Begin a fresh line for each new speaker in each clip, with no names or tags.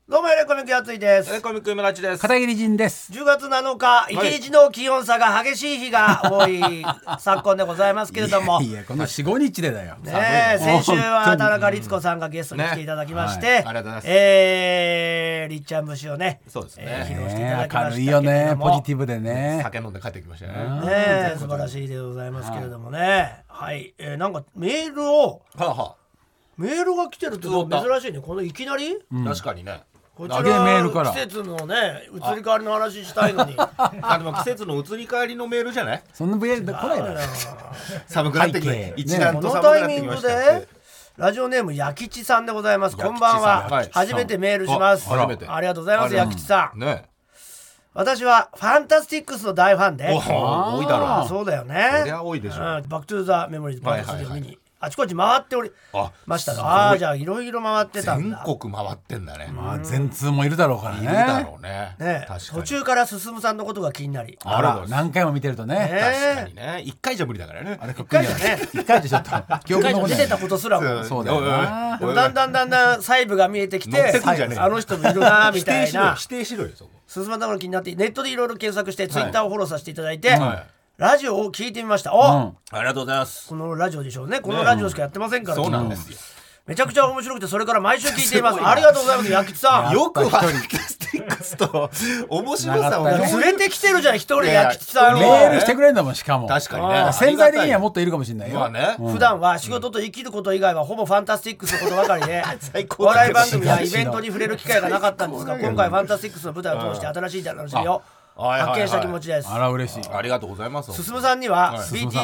どうもエレコミックやついです。
エレコミック村地です。
片桐仁です。
10月7日、1日の気温差が激しい日が多い昨今でございますけれども、
いやこの 4,5 日でだよ、
ね、先週は田中律子さんがゲストに来ていただきまして、
ねはい、ありがとうございます。
りっちゃん節をね、
そうですね、
披露していただきましたけれども、
明るいよね、ポジティブでね、
酒飲んで帰ってきました
ね、素晴らしいでございますけれどもね、はい、なんかメールを、メールが来てるってのは珍しいね、このいきなり、
確かにね、
こちら季節のね移り変わりの話したいのに
でも季節の移り変わりのメールじゃない？
そんなメールで来ないな。
寒くなってきて、
一段と寒くなってきました。このタイミングでラジオネームやきちさんでございます。こんばんは。初めてメールします。ありがとうございます。やきちさん。ね。私はファンタスティックスの大ファンで。
多いだろう。
そうだよね。
そりゃ多いでしょ。
バックトゥーザメモリーズパート3を見に。あちこち回っておりましたが、じゃあいろいろ回ってたんだ。
全国回ってんだね。
まあ全通もいるだろうからね。
いるだろうね。
途中から進さんのことが気になり、
あら何回も見てるとね。
確かにね。1回じゃ無理だからね。あれ
1回じゃね。
1回でちょっと
記憶の出てたことすらも
そうだよな。
でもだんだん細部が見えてきて、あの人もいるなみたいな。
否定しろよそこ。
進まんのこと気になってネットでいろいろ検索してツイッターをフォローさせていただいて。ラジオを聞いてみました。あ
りがとうございます。
このラジオでしょうね。このラジオしかやってませんから。
そうなんですよ。
めちゃくちゃ面白くて、それから毎週聞いています。ありがとうございます。やきちさん。
よくファンタスティックスと面白さを
連れてきてるじゃん、一人やきちさんを。
メールしてくれんだもん、しかも。
確かにね。
潜在的にはもっといるかもしれないよ。
普段は仕事と生きること以外はほぼファンタスティックスのことばかりで、お笑い番組やイベントに触れる機会がなかったんですが、今回ファンタスティックスの舞台を通して新しい楽しみを発見した気持ちです。
あら嬉しい。
ありがとうございます。
進さんには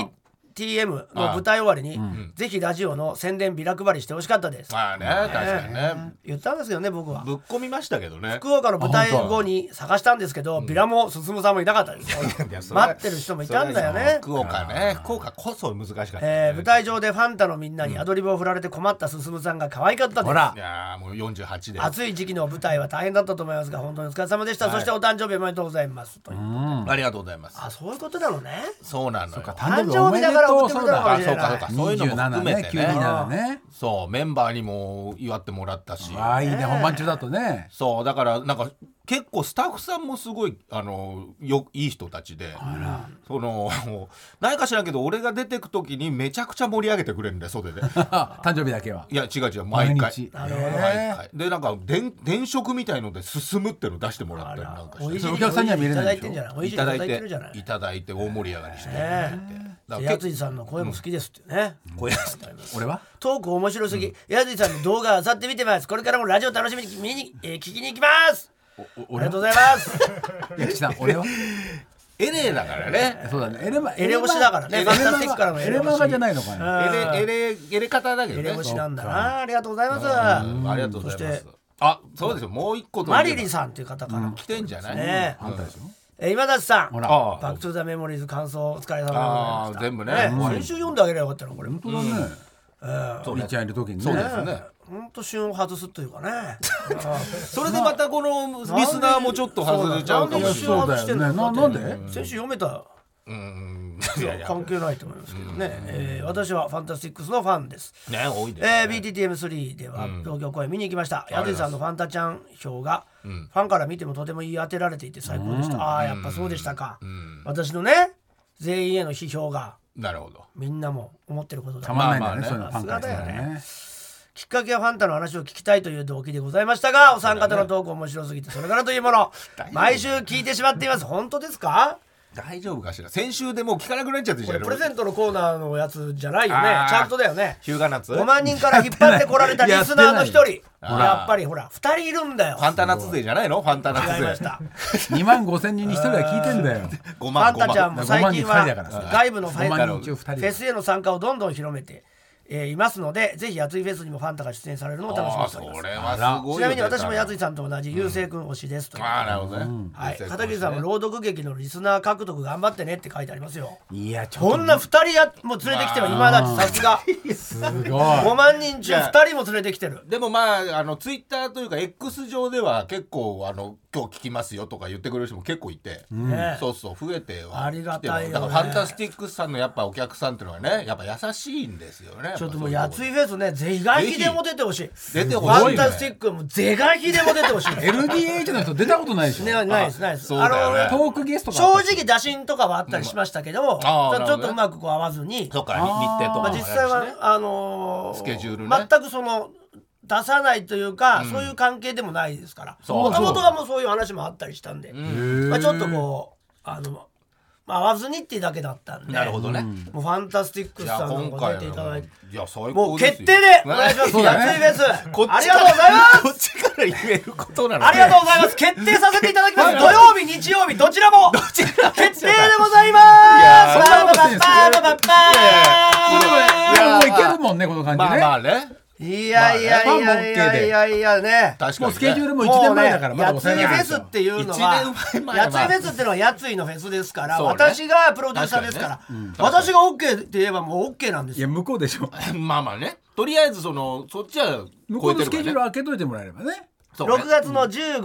BTTM の舞台終わりにぜひラジオの宣伝ビラ配りしてほしかったです。
まあね、確かにね。
言ったんですけどね、僕は
ぶっ込みましたけどね。
福岡の舞台後に探したんですけど、ビラも進さんもいなかったですよ。待ってる人もいたんだよね。
福岡ね、福岡こそ難しかった。
舞台上でファンタのみんなにアドリブを振られて困った進さんが可愛かったです。
いやもう48で。
暑い時期の舞台は大変だったと思いますが、本当にお疲れ様でした。そしてお誕生日おめでとうございますということで。
ありがとうございます。
あ、そういうことなのね。
そうなのよ。
誕生日だから送ってくれたのかもしれない。
そういうのも含めて
ね。
そうメンバーにも祝ってもらったし。
ああいいね、本番中だとね。
そうだからなんか結構スタッフさんもすごいいい人たちで、何か知らんけど俺が出てく時にめちゃくちゃ盛り上げてくれるんだよ袖で。
誕生日だけは。
いや違う毎回。
なるほどね。
でなんか電飾みたいので進むっていうの出してもらったりなんかして。
お客さんには見れないでし
ょ。いただ
いて大盛り上がりして。
やついさんの声も好きですってね。
俺は
トーク面白すぎ。やついさんの動画あさって見てます。これからもラジオ楽しみに見に聞きに行きます。ありがとうございます。
やきちさん、俺は
エレだからね。
そうだね。
エレ星だからね。ファンタスティックからの
エレマガじゃないのかな。
エレ方だけどね。
エレ星なんだな。ありがとうございます。
ありがとうございます。あ、そうですよ。もう一個と
マリリさんっていう方から
来てんじゃない？
ね。今田さん、バックトゥザメモリーズ感想お疲れ様でございました。
全部ね。
先週読んであげればよかったのこれ。
本当だね。りっちゃんいる時にね。
そうですね。
本当旬を外すというかね。
それでまたこのリスナーもちょっと外れちゃうかもしれない。
なんで？
先週読めた。関係ないと思いますけどね。私はファンタスティックスのファンです。
ね、多いです。
BTTM3 では東京公演見に行きました。やついさんのファンタちゃん票がファンから見てもとても言い当てられていて最高でした。ああ、やっぱそうでしたか。私のね全員への批評が
なるほど。
みんなも思ってることだ。
たまんないんだね。そういうの
さすがだよね。きっかけはファンタの話を聞きたいという動機でございましたが、お三方のトーク面白すぎてそれからというもの毎週聞いてしまっています。本当ですか？
大丈夫かしら。先週でもう聞かなくなっちゃって
これプレゼントのコーナーのやつじゃないよね。ちゃんとだよね。
日向夏
5万人から引っ張ってこられたリスナーの一人。やっぱりほら2人いるんだよ。
ファンタ夏勢じゃないの？ファンタ夏勢。
違いました。
2万5千人に1人は聞いてんだよ。
ファンタちゃんも最近は外部のフ
ェ
スへの参加をどんどん広めていますので、ぜひやついフェスにもファンタが出演されるのを楽しみにしております。
それはすごい。
ちなみに私もやついさんと同じゆうせいくん推しですという。
なるほどね。
はい。片桐さんも朗読劇のリスナー獲得頑張ってねって書いてありますよ。
いや、ちょっと
こんな2人も連れてきては今だってさすが
すごい。
5万人中2人も連れてきてる。
でもまあツイッターというか X 上では結構今日聞きますよとか言ってくれる人も結構いて、そうそう増えては
ありがたいよね。
だからファンタスティックスさんのやっぱお客さんっていうのはね、やっぱ優しいんですよね。
ちょっともうやついフェスね、是が非でも出てほしい。
出てほ
フ
しいね。
ァンタスティックも是が非でも出てほしい。
LDH の人出たことないでしょ。
ないですないです。
そうだよね
トークゲストが
正直打診とかはあったりしましたけども、
あー
ちょっとうまくこう合わずに、
そうか、日程とかも
実際は
スケジュールね
全くその出さないというか、そういう関係でもないですから、もともとがもうそういう話もあったりしたんで、ちょっとこう合わずにっていうだけだったんで、
なるほどね。
もうファンタスティックスさんの
今回
方出ていただいて、
いや最
もう
高ですよ。
決定でお願いします。
そうだね
やついフェス、
こっちから
ありがとうございます。
こっちから言えることなの。
ありがとうございます。決定させていただきます。土曜日、日曜日、どちらも決定でございます。
いや
そんなことしてんすか
パーパーパーパー
いやもういけるもんねこの感じね。
まあね。
いやいやいやね。
確かにね。
もうスケジュールも1年前だからまだ
やついフェスっていうのは、
一年前
やついフェスっていうのはやついのフェスですから、
そうね
私がプロデューサーですから、私が OK って言えばもう OK なんですよ。
いや向こうでしょ。
まあね。とりあえずそっちは
向こうのスケジュール開けといてもらえればね。
6月の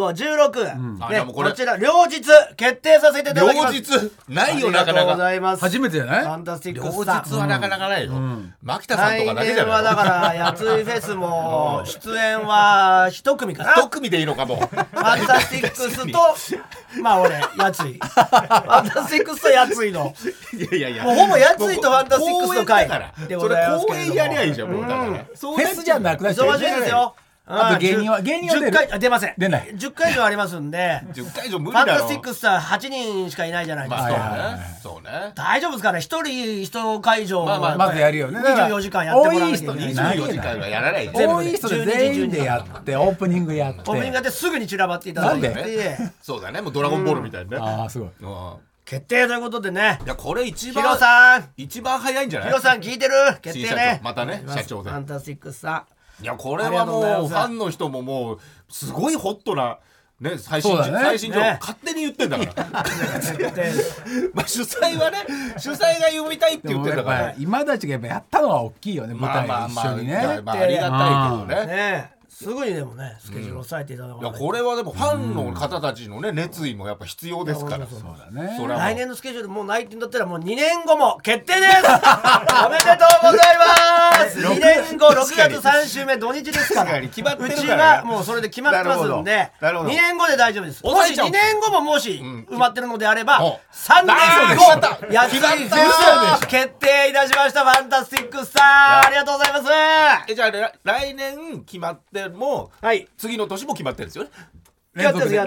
15、16、
でもこれ
こちら両日決定させていただきます。
両日ないよなかな
ありがとうご
か。
ざいます。
初めてじゃない
ファンタスティッ
両
クスさん。
日はなかなかないよ。牧田さんと
来
かだけじゃ
年はだ
ない。
からやついフェスも出演は一組かな。
一組でいいのかも。
ファンタスティックスとまあ俺やついファンタスティックスとやついの
いやいや。
もうほぼやついとファンタスティックスの会
公演だから
でございます
そ
けれども、
れ公演やりゃいいじゃんもうだから。
フェスじゃなくなっちゃう
忙しいですよ。
あと芸人は出
10
る
回出ません。
出ない
10回以上ありますんで、
10回以上無
ファン
理だろ。
タスティックスさん8人しかいないじゃないです
ま
か、
あそうね。
大丈夫ですかね。一人一会場
まずやるよね。
24時間やってもらわなきゃいけない。
多い人
24時間はやらない。
多い人で全員でやってオープニングやって。
オープニングですぐに散らばっていただいて、
なん
そうだね。もうドラゴンボールみたいなね。
ああすごい。
決定ということでね。
いやこれ
ヒロさん、
一番早いんじゃない？
ヒロさん聞いてる？決定ね。
またね社長で。
ファンタスティックスさん。
いやこれはもうファンの人ももうすごいホットなね最新情報勝手に言ってんだから。まあ主催はね主催が呼びたいって言ってんだから。
今たちがやっぱやったのは大きいよね舞台一緒にね。
まあありがたいけどね。
ねすぐにでもねスケジュール抑えていただかないと。
いやこれはでもファンの方たちのね熱意もやっぱ必要ですから。
そうだね。
来年のスケジュールもうないって言うんだったらもう2年後も決定です。おめでとうございます。2年後6月3週目土日ですから。
決まってるからね。
うちはもうそれで決まってますんで2年後で大丈夫です。もし2年後ももし埋まってるのであれば3年後やついフェス決定いたしました。ファンタスティックスさんありがとうございます。
じゃあ来年決まっても次の年も決まってるんですよね。
いずれ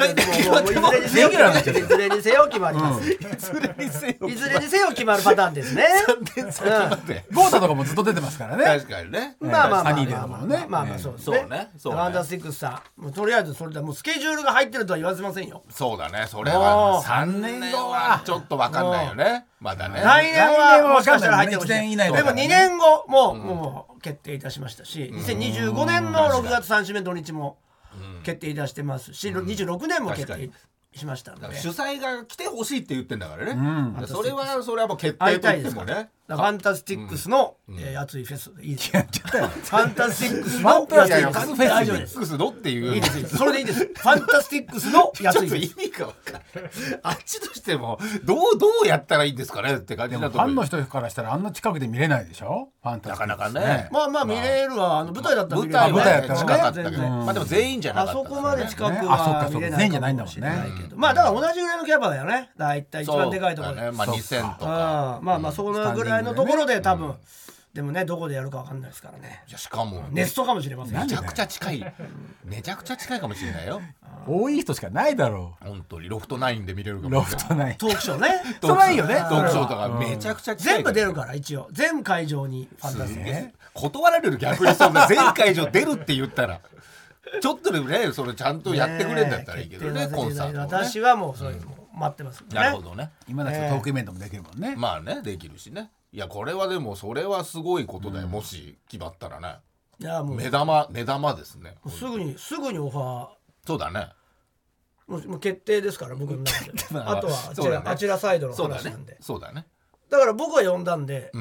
にせよ決まります。いずれにせよ決まるパターンですね。
ゴータとかもずっと出てますからね。
確かにね。
まあそうですね。ファンタスティックスさんとりあえずそれでもうスケジュールが入ってるとは言わせませんよ。
そうだね。それは3年後はちょっと分かんないよね。まだね。
来年はもしかしたら入ってほしい。でも2
年
年後もう決定いたしましたし、2025年の6月3週目土日も決定いたしてますし、26年も決定しましたので、
主催が来てほしいって言ってんだからね。それはもう決定と言ってもね。
ファンタスティックスのやついフェスでいいですよ。ファンタスティックスの
やついフェスのっていう
いいですそれでいいです。ファンタスティックスのやついフェス。
意味が分かる。あっちとしてもどうやったらいいんですかねって感じだと。
ファンの人からしたらあんな近くで見れないでしょ。ファンタスティックス
なかなかね。
まあ見れるわ。舞台だったら見れる。
舞台だったら近かったけど、まあでも全員じゃなかった。
あそこまで近くは見れないかもしれないけど、まあだから同じぐらいのキャパだよね。だいたい一番でかいところで。
まあ2000とか。
まあそこのぐらいのところで多分。でもねどこでやるかわかんないですからね。
しかも
ネストかもしれません。
めちゃくちゃ近いかもしれないよ。
多い人しかないだろ
う。本当にロフト9で見れるかも。
ロフト9
トークショーね。
それはいいよね。
トークショーとかめちゃくちゃ近い。
全部出るから一応全会場にファンタスティックス
断られる逆にそんな全会場出るって言ったらちょっとでもねそれちゃんとやってくれんだったらいいけどねコンサート。
私はもうそういうの待ってます。
なるほどね。
今だとトークイベントもできるもんね。
まあねできるしね。いやこれはでもそれはすごいことだよ。もし決まったらね。
いやもう
目玉ですね。
すぐにオファー。
そうだね。
もう決定ですから僕の中で。あとはあちらサイドの話なんで。
そうだね。
だから僕は呼んだんで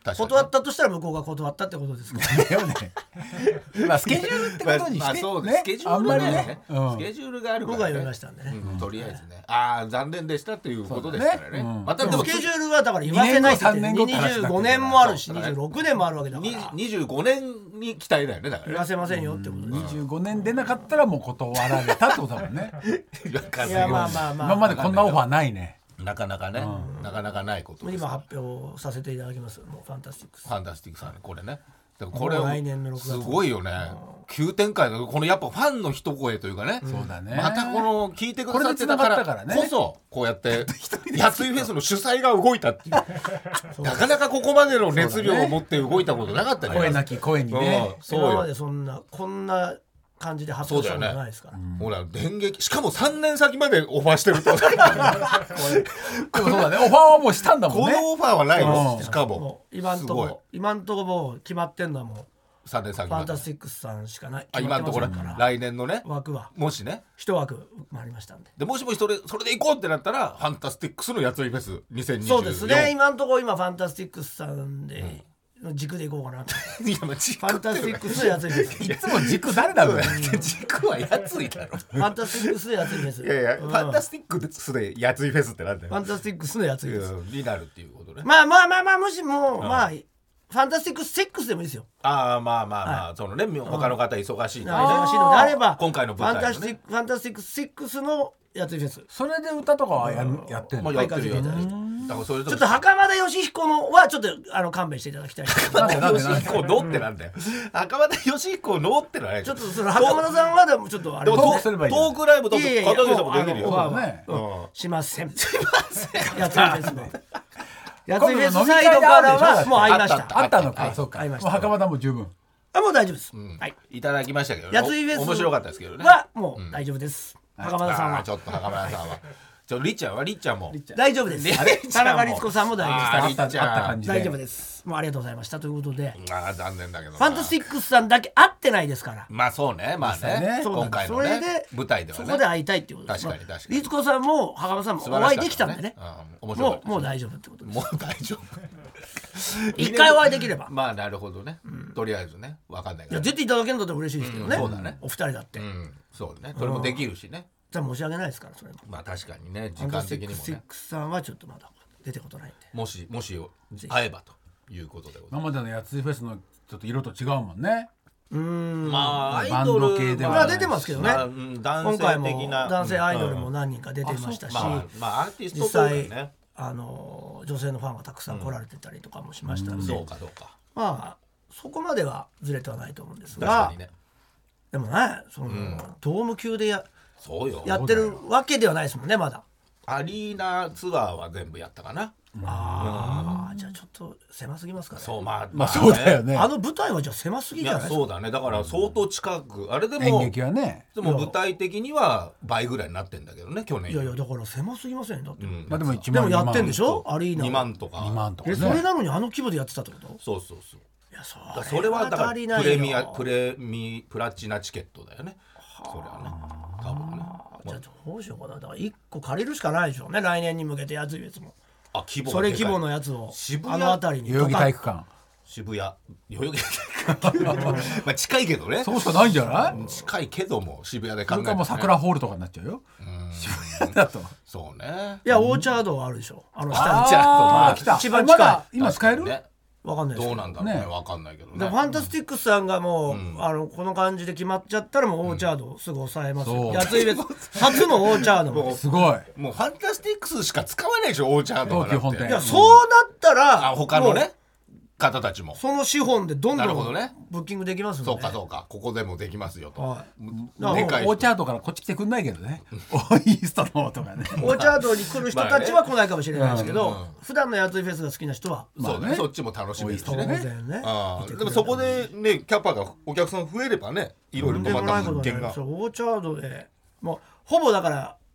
断ったとしたら向こうが断ったってことですか
まあスケジュールってことにして
スケジュールがね
ス
ケジュールがあるから
僕は言いましたんでね
とりあえずね残念でしたということですからね
またでもスケジュールはだから言わせないって25年もあるし26年もあるわけだから
25年に期待だよねだから
言わせませんよってことです
25年でなかったらもう断られたってことだもんね
いやまあ
今までこんなオファーないね
なかなかね、なかなかないことです。
今発表させていただきます。もうファンタスティックス。
ファンタスティックスはねこれね。これ
来年の6月
すごいよね。急展開のこのやっぱファンの一声というかね。
そうだね。
またこの聞いてくださってたからこそこうやってやついフェスの主催が動いたっていう。なかなかここまでの熱量を持って動いたことなかったね。
声なき声にね。
今までこんな感じで発表したことないですから。
ほら電撃しかも3年先までオファーしてると。
でもそうだね。オファーはもうしたんだもんね。
このオファーはないの。しかも
今んとこもう決まってんのはもう
3年先
ファンタスティックスさんしかない。
今のところ来年のね
枠は
もしね
一枠回りましたんで。
もしそれで行こうってなったらファンタスティックスのやついフェス2024。
そうですね。今のところファンタスティックスさんで。軸でいこうかなと。ファンタスティックスのやついです。
いつも軸誰だろう。
軸はやついだろ。
ファンタスティックスのやついです。
いやファンタスティックスでやついフェスってなんだよ。
ファンタスティックスのやついです。
になるっていうことね。
まあもしもファンタスティックス6でもいいですよ。
まあそのね他の方忙しいので
あれば
今回の舞台のね
ファンタスティックス6のやついフェス。
それで歌とかはやってるの。
やってるよ。ちょ
っと袴田義彦のはちょっと勘弁していただきたい。
袴田義彦のってなんだよ。袴田義彦のってのはね。
ちょっとその袴田さんはでもちょっとあれ。
トークライブとか片桐さんもできる
よ。しません。やついフェスの。やついフェスサイドからはもう会いました。
あったのか。そうか。袴田も十分。
もう大丈夫です。
いただきましたけど。
やついフェス
面白かったですけどね。
はもう大丈夫です。袴田さんは。
ちょっと袴田さんは。りっちゃんも
大丈夫です。田中律子さんも大丈夫です。
大
丈夫です。もうありがとうございましたということで。
残念だけど。
ファンタスティックスさんだけ会ってないですから。
まあそうね。今回のね舞台ではね。
そこで会いたいっていうことです。
確かに。
律子さんも袴田さんもお会いできたんでね。もう大丈夫ってことです。
もう大丈夫。
一回お会いできれば。
まあなるほどね。とりあえずね。わかんないけど。
出ていただけるんだったら嬉しいですけどね。
そうだね。
お二人だって。
そうね。それもできるしね。
じゃあ申し訳ないですからそれも。
まあ確かにね時間的にもね。
ファンタスティックスさんはちょっとまだ出てことないんで。
もし会えばということでございます。
今までのやついフェスのちょっと色と違うもんね。
まあ
バンド系では
出てますけどね。今回も男性アイドルも何人か出てましたし、
まあアーティストというかね
女性のファンがたくさん来られてたりとかもしましたので、
そうか
まあそこまではずれてはないと思うんですが、でもねそのドーム級でやってるわけではないですもんねまだ。
アリーナツアーは全部やったかな。
じゃあちょっと狭すぎますかね。
そうま
あそうだよね。
あの舞台はじゃあ狭すぎじゃないですか。
そうだね。だから相当近くあれでも
演劇はね。
でも舞台的には倍ぐらいになってんだけどね去年。
いやだから狭すぎませんだって。
まあでも1
万でもやってんでしょアリーナ。
2万とか。
2万とか。
それなのにあの規模でやってたってこと？
そう。
いや
それはだからプラチナチケットだよね。それはね多分ね。
じゃあどうしようかな。だから1個借りるしかないでしょうね来年に向けてやついやつも。それ規模のやつをあの辺りに
代々木体育館
渋谷代々木体育館まあ近いけどね。
そうしかないんじゃない？
近いけども渋谷で考えて、ね、
それかもう桜ホールとかになっちゃうよ渋谷だと。
そうね。
いやオーチャードはあるでしょ下に。
一番近い。今使える？
わかんないです。
どうなんだろうね。わかんないけどね。
ファンタスティックスさんがもうこの感じで決まっちゃったらもうオーチャードすぐ抑えますよ。やつい別初のオーチャード。
すごい。
もうファンタスティックスしか使わないでしょオーチャード。
東急本店。
いやそうなったら
他のね方たちも
その資本でどんどんブッキングできます
よね。そうかここでもできますよと。
オーチャードからこっち来てくんないけどね。オーイーストのとかね。
オーチャードに来る人たちは来ないかもしれないですけど普段のやついフェスが好きな人は
そうねそっちも楽しみですしね。
で
もそこでねキャパがお客さん増えればねいろいろとまた物件が。
オーチャードでもうほぼだから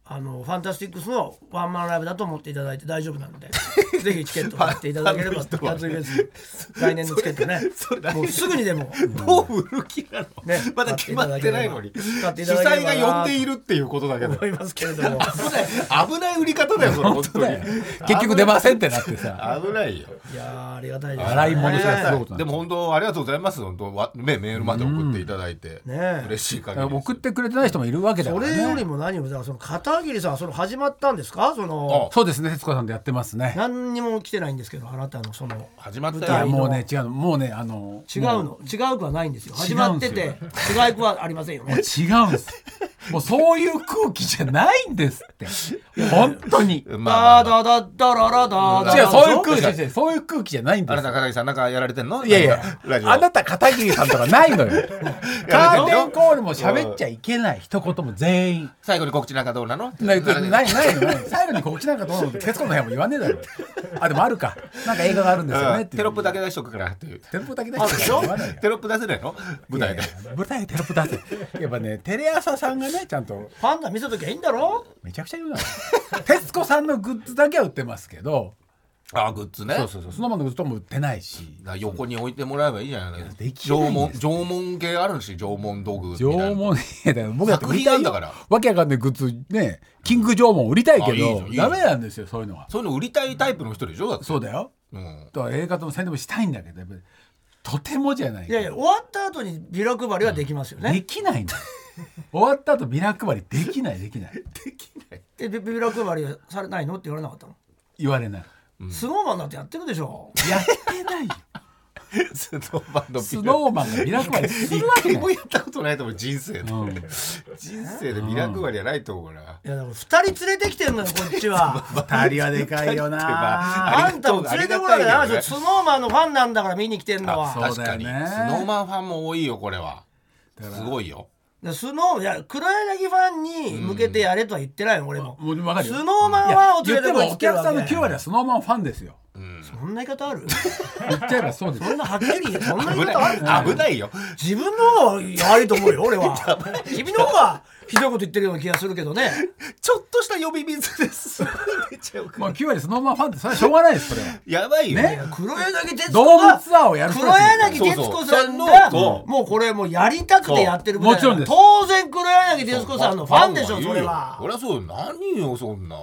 ファンタスティックスのワンマンライブだと思っていただいて大丈夫なのでぜひチケット買っていただければやついです来年のチケットねもうすぐにでも
もう売る気なの、ね、まだ決まってないのに主催が呼んでいるっていうことだけど
思いますけれども
危ない売り方だよそれ本当に
結局出ませんってなってさ
危ないよ
いやありがたいです
洗い物がすごいこと
でも本当ありがとうございます本当メールまで送っていただいて、嬉しい限り
送ってくれてない人もいるわけだからね
それよりも何もその片桐さんその始まったんですか
そうですね徹子さんでやってますね
何にも来てないんですけどあなたのその
始まったよ
もうね違うのもうね
違うくはないんですよ始まってて違うくはありませんよね
違うんですもうそういう空気じゃないんですって本当に
ダダダダララダ
違うそういう空気じゃないんです
あなた片桐さんなんかやられてんの
いやいやあなた片桐さんとかないのよカーテンコールも喋っちゃいけない一言も全員
最後に告知なんかどうなの
ない最後に告知なんかどうなのって徹子の部屋も言わねえだろあでもあるかなんか映画があるんですよねって
テロップだけ出しとくからっていう
テロップだけ出しとくから
テロップ出せないの舞台で
舞台でテロップ出せやっぱねテレ朝さんがねちゃんと
ファンが見せときゃいいんだろ
めちゃくちゃ言うな徹子さんのグッズだけは売ってますけど
グッズね
そうそのままのグッズとも売ってないし
横に置いてもらえばいいじゃない
ですか
縄文系あるし縄文道具
縄文僕だって売りたいんだからわけわかんないグッズねキング縄文売りたいけどダメなんですよそういうのは
そういうの売りたいタイプの人でしょだって
そうだよだから映画との宣伝もしたいんだけどやっぱりとてもじゃない
いやいや終わった後にビラ配りはできますよね
できないんだ終わった後ビラ配りできない
ビラ配りはされないのって言われなかったの
言われない
スノーマンだってやってるでしょ
やってないよ
スノ
ーマンがビラ配りするわけ
一回もやったことないと思う人生でビラ配りはないと思うな。
いやだから2人連れてきてるのよこっちは
2人はでかいよな
あんたも連れてこなきゃダメでしょスノーマンのファンなんだから見に来てるのは
確かにスノーマンファンも多いよこれはすごいよ
いや黒柳ファンに向けてやれとは言ってないよ俺もスノーマンは
言ってもお客さんの9割はスノーマンファンですよ
そんな言い方ある
言っちゃえばそうです
そんなはっきりそんな言い方ある
危ないよ
自分の方が悪いと思うよ俺は君の方がひどいこと言ってるような気がするけどね
ちょっとした呼び水です
まあ9割スノーマンファンってそれはしょうがないですこれは
やばいよね
黒柳徹子
動物ツアーをやる
黒柳徹子さんがもうこれもうやりたくてやってる
もちろんです
当然黒柳徹子さんのファンでしょそれは
俺はそう何よそんな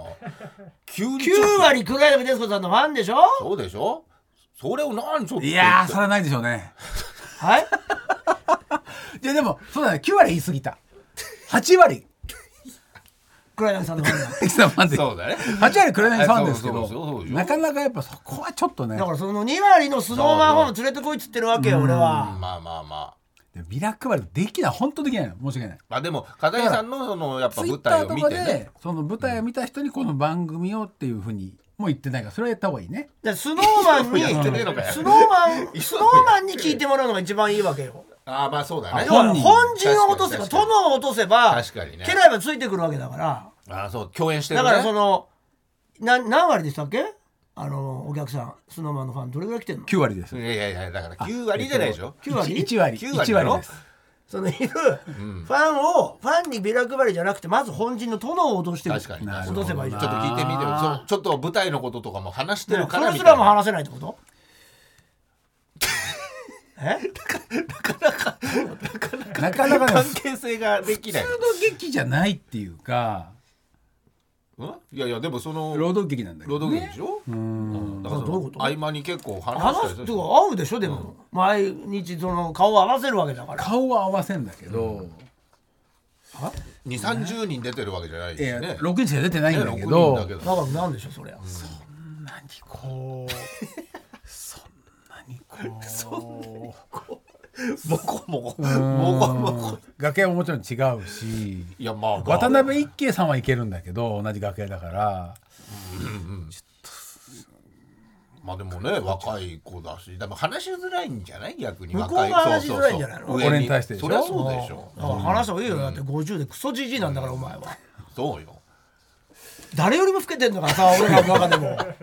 9割黒柳徹子さんのファンでしょ
そうでしょそれを何ちょっと
いやそれはないでしょうね
はい
いやでもそうだね9割言い過ぎた8割
黒柳さんのファンだ
そうだね
8割黒柳ファンですけどなかなかやっぱそこはちょっとね
だからその2割のスノーマンファンを連れてこいっつってるわけよ俺は
まあ
ビラ配りできない本当できないの申し訳ない
でも片桐さんのそのやっぱ舞台を見てね
その舞台を見た人にこの番組をっていうふうにもう言ってないからそれはやった方がいいね
スノーマンにスノーマンに聞いてもらうのが一番いいわけよ
まあそうだね
本陣を落とせば殿を落とせば
確かにね
家来はついてくるわけだから
そう共演してるね
だからその何割でしたっけお客さんスノーマンのファンどれぐらい来てんの
9割です
いやだから9割じゃないでしょ
9割
1割です
そのいるファンにビラ配りじゃなくてまず本陣の殿を落として
確かに
落とせばいいじゃん
ちょっと聞いてみてよちょっと舞台のこととかも話してるから
それすらも話せないってこと
なかなか関係性ができない
普通の劇じゃないっていうか
いやでもその
労働劇なんだけど
労働劇でしょだから
どういうこと
合間に結構
話すって合うでしょでも毎日その顔を合わせるわけだから
顔は合わせんだけど
2,30人出てるわけじゃないしね
6人しか出てないんだけど
だからなんでしょそりゃ
そんなにこう
もこもこ
楽屋ももちろん違うし
いや
渡辺一慶さんはいけるんだけど同じ楽屋だから
でもね若い子だしでも話しづらいんじゃない逆に
向こうが話しづらいんじゃないの
俺に対してでしょ
そりゃそうでしょ
話した方がいいよだって50でクソじじいなんだからお前は
そうよ
誰よりも老けてんだからさ俺らの中でも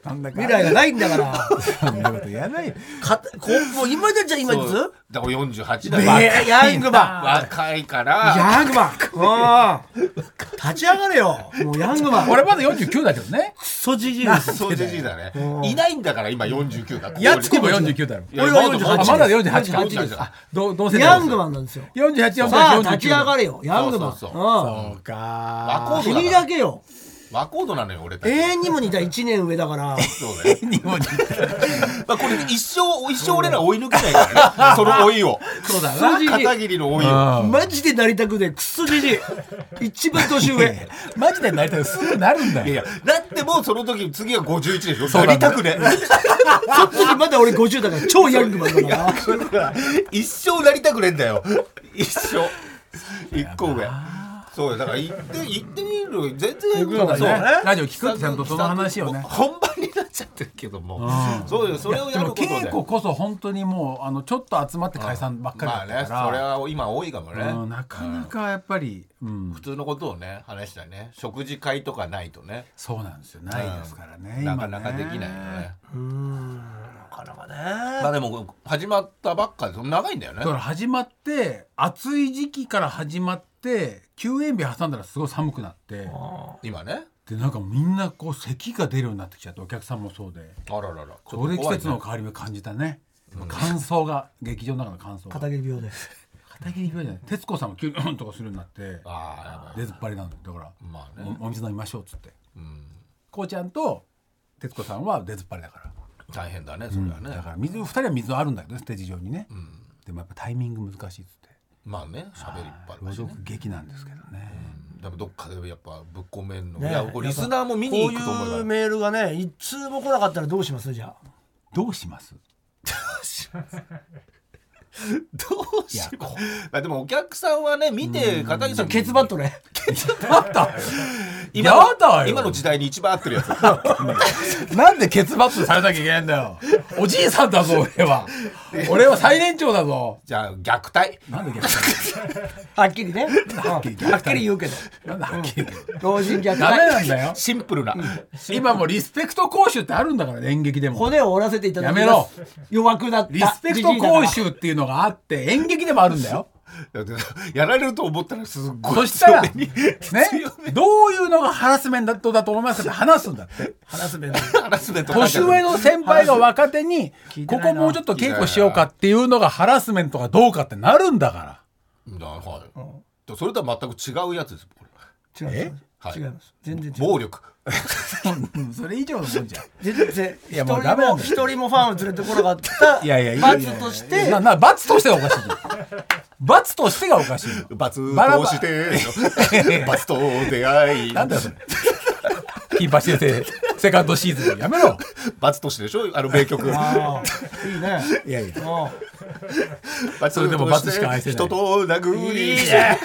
未来がないんだから
そんなことやないよ。
もう今じゃ今いつ
だから48だ
ヤングマン
若いから
ヤングマン立ち上がれよもうヤングマン
俺まだ49だけどね。
クソじじいです。
そうじじいだね。いないんだから今49だ。
やつきも49だろ。
俺は48
まだ48か。同世代
ヤングマンなんですよ。
48
さあ立ち上がれよヤングマン。
そうか。
君だけよ。
和コードなのよ俺たち。
永遠にも似た1年上だから。
そうね。永遠にも似た。まあこれ一生俺ら追い抜けないからね。その老いを。
そうだな。
片桐の老いを。
マジでなりたくねクソじじい。一番年上。
マジでなりたくすぐなるんだよ。
いやだってもうその時次は51でしょ。なりたくね。
その時まだ俺50だから超ヤングマンだから。
一生なりたくねえんだよ。一生。1個上。そうよだから行ってみる全然
そうだね。ラジオ聞くってちゃんとその話をね。
本番になっちゃってるけども、そうよそれをやることで。
稽古こそ本当にもうちょっと集まって解散ばっかりだったから。
まあねそれは今多いかもね。
なかなかやっぱり
普通のことをね話したね。食事会とかないとね。
そうなんですよないですからね。
なかなかできないよね。
なかなかね。
まあでも始まったばっかで長いんだよね。
だから始まって暑い時期から始まって休園日挟んだらすごい寒くなって
今ね
でなんかみんなこう咳が出るようになってきちゃってお客さんもそうで
あららら
それ季節の変わり目感じたね。乾燥が劇場の中の乾燥
片桐病で
片桐病じゃない徹子さんもキュンとかするようになって出ずっぱりなんだからお水飲みましょうっつってこうちゃんと徹子さんは出ずっぱりだから
大変だねそれはね。
だから2人は水はあるんだけどねステージ上にねでもやっぱタイミング難しいっつって
まあね喋りっぱなしね
劇なんですけどね。
でもどっかでやっぱぶっ込めんのいやリスナーも見に行くと思う。
こういうメールがね一通も来なかったらどうしますじゃあ。
どうします
どうしよう。まあでもお客さんはね見て片桐さん
ケツバットね。
あった
今の時代に一番合ってるやつ。
なんでケツバットされなきゃいけないんだよ。おじいさんだぞ俺は最年長だぞ。
じゃあ虐待。
なんで虐待
はっきりねはっきり言うけど
なんではっきり言うけど
老人虐待
ダメなんだよ。
シンプルな
今もうリスペクト講習ってあるんだから演劇でも
骨を折らせていただきます。
やめろ
弱くなった
リスペクト講習っていうのがあって演劇でもあるんだよ。
やられると思ったらすっごい
そしたらねどういうのがハラスメントだと思いますかって話すんだって
ハラスメント
年上の先輩が若手にここもうちょっと稽古しようかっていうのがハラスメントがどうかってなるんだから。
はい、それとは全く違うやつですこ
れ。違います全然違う。
暴力
それ以上のもんじゃん。
全然
いやもうダメなんだよ。
一人もファンを連れてこなかった罰として
罰としてがおかしい。罰としてがおかしい。
罰として罰と出会い
なんだよそれ。金八先生セカンドシーズンやめろ。
罰としてでしょ名曲。いいね。
いや
それでも罰しか愛せない。人と殴り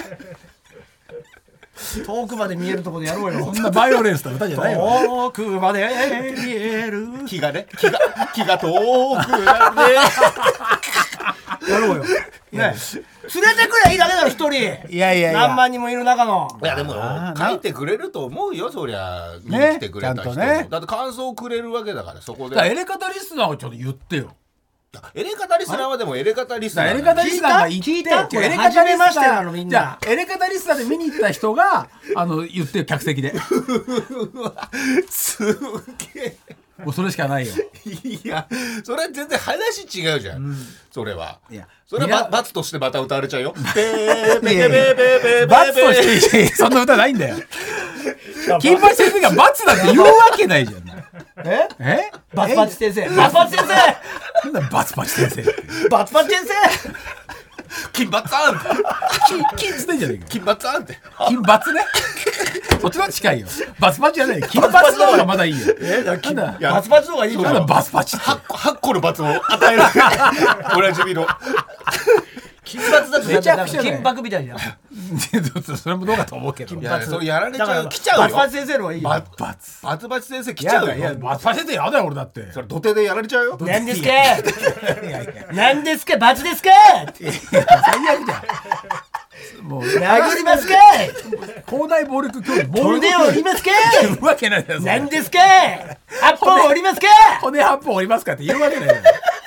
遠くまで見えるところでやろうよ。
そんなバイオレンスな歌じゃないよ。
遠くまで見える
気が遠くまで
やろうよ。連れてくりゃいいだけだろ一人。
いや
何万人もいる中の。
いやでも書いてくれると思うよそりゃ見に来てくれた人もだって感想をくれるわけだからそこで。
エレカタリスナーをちょっと言ってよ。
エレカタリスナーはでもエレカタリスナー
エレカタリスナーが聞いて
エレカタリスナーなのみんな。
エレカタリスナーで見に行った人が言ってよ客席で。
すげえ。
もうそれしかないよ。
いやそれは全然話違うじゃん、それは。それは罰としてまた歌われちゃうよ。罰
としてそんな歌ないんだよ。金八先生が罰だって言うわけないじゃん。
バツバチ先生バツバチ先生
なんだバツバチ先生
バツバチ先生
金バツアン
金つってんじゃねえか。
金バツアンって
金バツね。そっちは近いよ。バツバチじゃない。金バツの方がまだいいよ。
バツバチの方がいいじゃん。
なんだバツバチって
8個のバツを与えるおなじみの
金髪だと
めちゃくちゃ
金箔みたいじゃん。
それもどうかと思うけど。
いやそれやられちゃう来ちゃうよ。
バツバチ先生の方がいいよ。
バツバチ先生来ちゃうよ。
いやバツバチ先生やだよ俺だって。
それ土手でやられちゃうよ。
何ですか何ですかバツですか。
最悪じゃん。 もう
殴りますかい。
広大暴力教育
骨を折りますかい。
言うわけないだろ。
何ですか。8本折りますか。
骨8本折りますかって言うわけないだろ。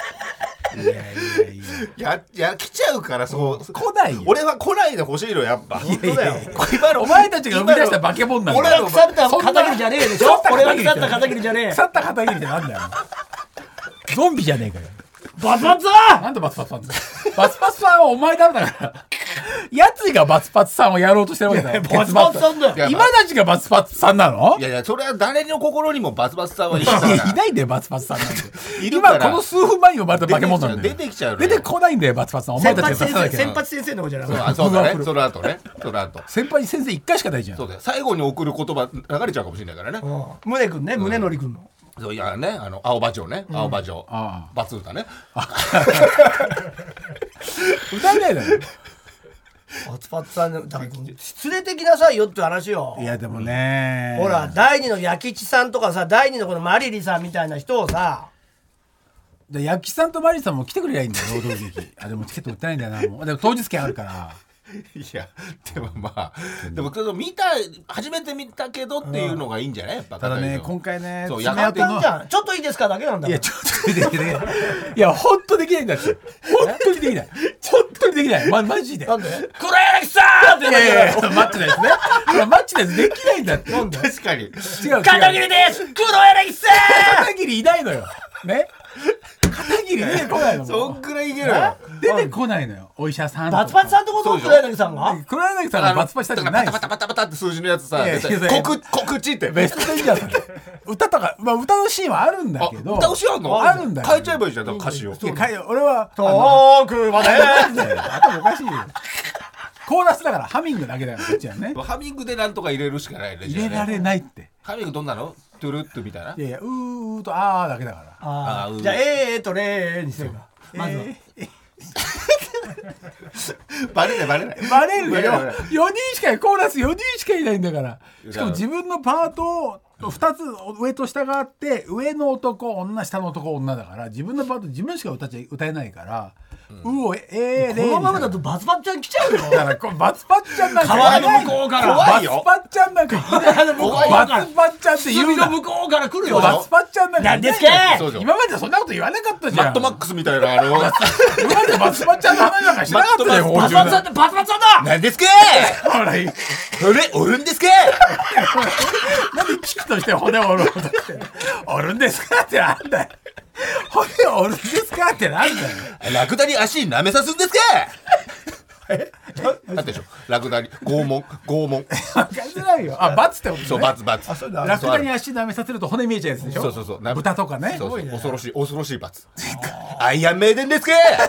いや来ちゃうからそう
来ないよ。
俺は来ないでほしいのやっぱ。
本当だよ。
お前たちが生み出した化け物なんだよ。
俺は腐った片桐じゃねえでしょ。俺は腐った片桐じゃねえ。
腐った片桐ってなんだよ。ゾンビじゃねえかよ。
バツバツさん。
なんでバツバツさんバツバツさんはお前だろだから。やつがバツバツさんをやろうとしてるわけだよ。
バツバツさんだよ。
今たちがバツバツさんなの？
いやいやそれは誰の心にもバツバツさんはいいから。
いないんだよバツバツさんなんて。今この数分前に生まれた化け物なんだよ。
出てきちゃう。
出てこないんだよバツバツさん。お前たちがさせなきゃ。
先発先生の方じゃなくて。
そうだね。その後ね。
先輩先生1回しかないじゃん。
そうだよ。最後に送る言葉流れちゃうかもしれないからね。
宗君ね、宗則君の。
そういやね、青葉城ね、青葉城、バツ歌ね。
歌えないだろ。
バツバツさん、だから失礼的なさいよって話よ。
いやでもね。
ほら第二の弥吉さんとかさ、第二のこのマリリさんみたいな人をさ。
弥吉さんとマリさんも来てくれりゃいいんだよ労働劇。あでもチケット売ってないんだよなもう。でも当日券あるから。
いやでもまあでも初めて見たけどっていうのがいいんじゃないやっぱ。
ただね今回ね
そうやったんじゃん。ちょっといいですかだけなんだ。
いやちょっとできない。いや本当できないんだって。本当にできない。本当にできない。マジで。
なんで？
黒柳さんって。いやマッチのやつね。マッチのやつできないんだって。
確かに。違う。
片桐です。黒柳さん。
片桐いないのよ。ね。片桐出てこないの。
そんくらいいけるよ。
出てこないのよ。お医者さん。
バツバツさんってこと？黒柳さんが？
黒柳さんがバツバツしたじゃない。
パタパタって数字のやつさ。告知って
ベスト10じゃん。歌とか歌のシーンはあるんだけど。
歌のシーンあるの？
あるんだよ。
変えちゃえばいいじゃん歌詞を。
俺は
遠くまで。
頭おかしいよ。コーラスだからハミングだけだからこっちはね。
ハミングでなんとか入れるしかないね。
入れられないって。
ハミングどんなの？トゥルットみたいな。
いやいやうーとあーだけだから。
じゃあとレーにすれば。まずは。
バレない。
バレるよ。4人しかコーラス4人しかいないんだから。しかも自分のパートを2つ上と下があって上の男女下の男女だから自分のパート自分しか歌えないから。
このままだとバツバツちゃん来ちゃうよ。
だからバツバツちゃんなんか
川の向こうから
怖いよ。
バツバツちゃんなんかバツバツちゃんって言う
の向こうから来るよ。
バツバツちゃんなんか
なんですか。
今までそんなこと言わなかったじゃん。
マットマックスみたいな
今までバツバツちゃんの話なんかしなかったじゃん。
バツバツさんってバツバツさんだ。
なんですか。
ほら
おるんですか。
なんでキッとして骨を折ろうとして折るんですかってなんだよ。骨を折るんですかってなんだよ。
ラクダに足舐めさすんですか。なんでしょラクダに拷問
分かりづらいよ。バツってことね。
そうバツラ
クダに足舐めさせると骨見えちゃうやつでしょ。
そう
豚とかね。
恐ろしいバツ。アイアンメイデンですか。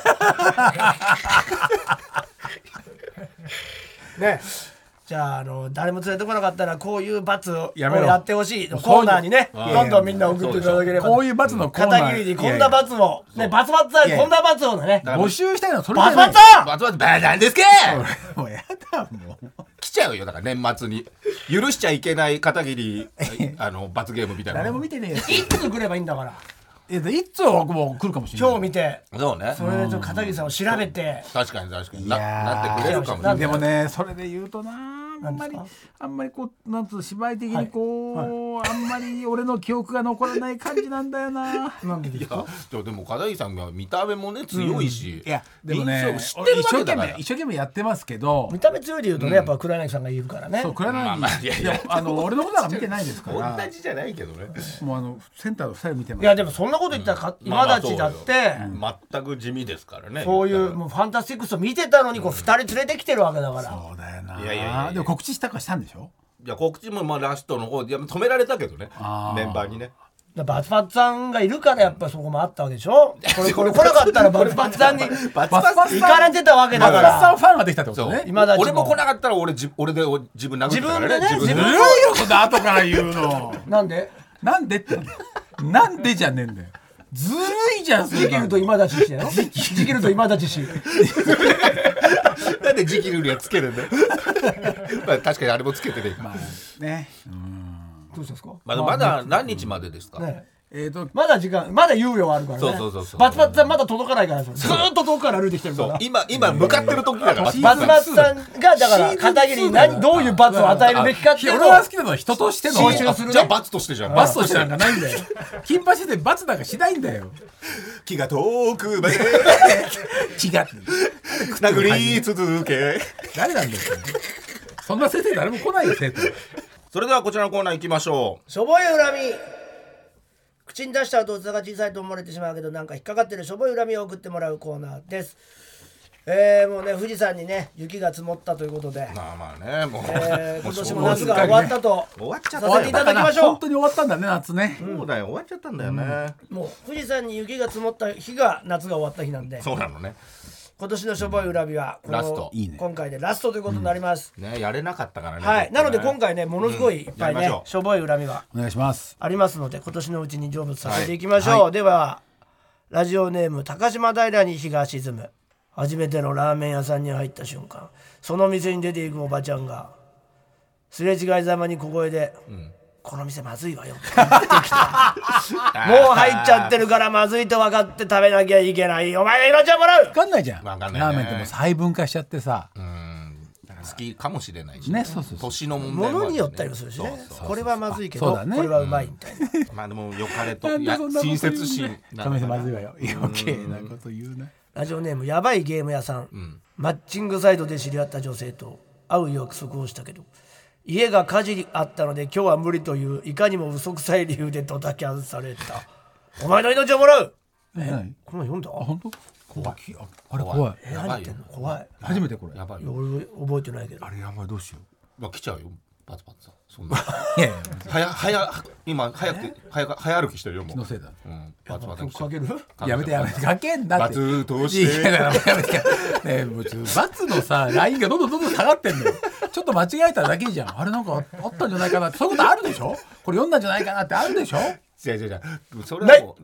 ね。じゃあ誰も連れてこなかったらこういう罰をやってほしいコーナーにねどんどんみんな送っていただければ。
こういう罰のコーナー
片桐にこんな罰をねバツバツさんこんな罰をね
募集したいのはそれ
バツバツ
バツバツバなんですか。
もうやだもう
来ちゃうよだから年末に許しちゃいけない片桐罰ゲームみたいな。
誰も見てねえよ。
いつ来ればいいんだから。
いつはもう来るかもしれない。
今日見て
そうね。
それで片桐さんを調べて
確かになってくれるかもしれない。
でもねそれで言うとなあんまりこうなんつう芝居的にこうあんまり俺の記憶が残らない感じなんだよな。
なんでですか。
でも片桐さんが見た目もね強いし。
いやでもね
知ってるわけだから
一生懸命やってますけど
見た目強いで言うとねやっぱ黒柳さんがいるからね。
そう黒柳俺のことは見てないですから
同じじゃないけどね。
もうセンターの2人見てます。
いやでもそんなこと言ったら今立ちだって
全く地味ですからね。
そういうもうファンタスティックスを見てたのにこう2人連れてきてるわけだから。
そうだよな。
いや
でも告知したんでしょ。
いや告知もラストの方で止められたけどねメンバーにね。
バツバツさんがいるからやっぱそこもあったわけでしょ。これ来なかったらバツバツさんに行かれてたわけだから。
バツバツさんファンができたってことね。
俺も来なかったら俺で自分殴ってたからね。
自分で
よそんな後から言うの。
なんで
ってなんでじゃねえんだよ。ずるいじゃん。
ジキルと今立ちしてよ。ジキルと今立ちし。
なんでジキルにはつけるんだよ。確かにあれもつけてね。
ね。
どうしたんですか。
まだ何日までですか。
まだ時間まだ猶予はあるからね。バツバツさんまだ届かないからずーっと遠くから歩いてきてるから。
今向かってる時だから。
バツバツさんがだから片桐にどういう罰を与えるべきかっていうのを。
俺が好きなのは人としての。
じゃあ罰としてじゃん。
罰としてなんかないんだよ。金八で罰なんかしないんだよ。
気が遠くまで違う殴り続け。
誰なんだよ。そんな先生誰も来ないよ生徒。
それではこちらのコーナー行きましょ
う。しょぼい恨み。口に出したら器が小さいと思われてしまうけどなんか引っかかってるしょぼい恨みを送ってもらうコーナーです。もうね富士山にね雪が積もったということで、
まあねもう、
今年も夏が終わったと
終わっちゃった
させていただきましょう。
本当に終わったんだね夏ね。
そうだよ終わっちゃったんだよね。
もう富士山に雪が積もった日が夏が終わった日なんで。
そうなのね。
今年のしょぼい恨みは
ラスト
今回でラストということになります。
ねやれなかったからね。
はい。なので今回ねものすごいいっぱいねしょぼい恨みは
お願いします
ありますので今年のうちに成仏させていきましょう。ではラジオネーム高島平に日が沈む。初めてのラーメン屋さんに入った瞬間その店に出ていくおばちゃんがすれ違いざまに小声で、この店まずいわよって言ってきた。もう入っちゃってるからまずいと分かって食べなきゃいけない。お前が命をもらう。
分かんないじゃん。
分かんないね。
ラーメンってもう細分化しちゃってさ。
好きかもしれないし
ね。そう
年の問題
ものによったりもするしね。これはまずいけどこれはうまいみたいな。
まあでも良かれと親切心。
この店まずいわよ。余計なこと言うな。
ラジオネームやばいゲーム屋さん。マッチングサイトで知り合った女性と会う約束をしたけど家が火事にあったので今日は無理といういかにも嘘くさい理由でドタキャンされた。お前の命をもらう。
この
読んだ？
本当？怖い。あれ怖い。
何言ってんの？怖い。
初めてこれ。
やばい。
俺覚えてないけど。
あれやばいどうしよ
う。まあ来ちゃうよ。バツバツさ。そんな。今早歩きしてるよもう。
気のせいだ。
バツバツ
かける？
やめてかけんだって。
バツとして。
ねもうバツのさラインがどんどん下がってんのよ。ちょっと間違えただけじゃん。あれなんかあったんじゃないかなって。そういうことあるでしょ？これ読んだんじゃないかなってあるでしょ？
じゃそれはもう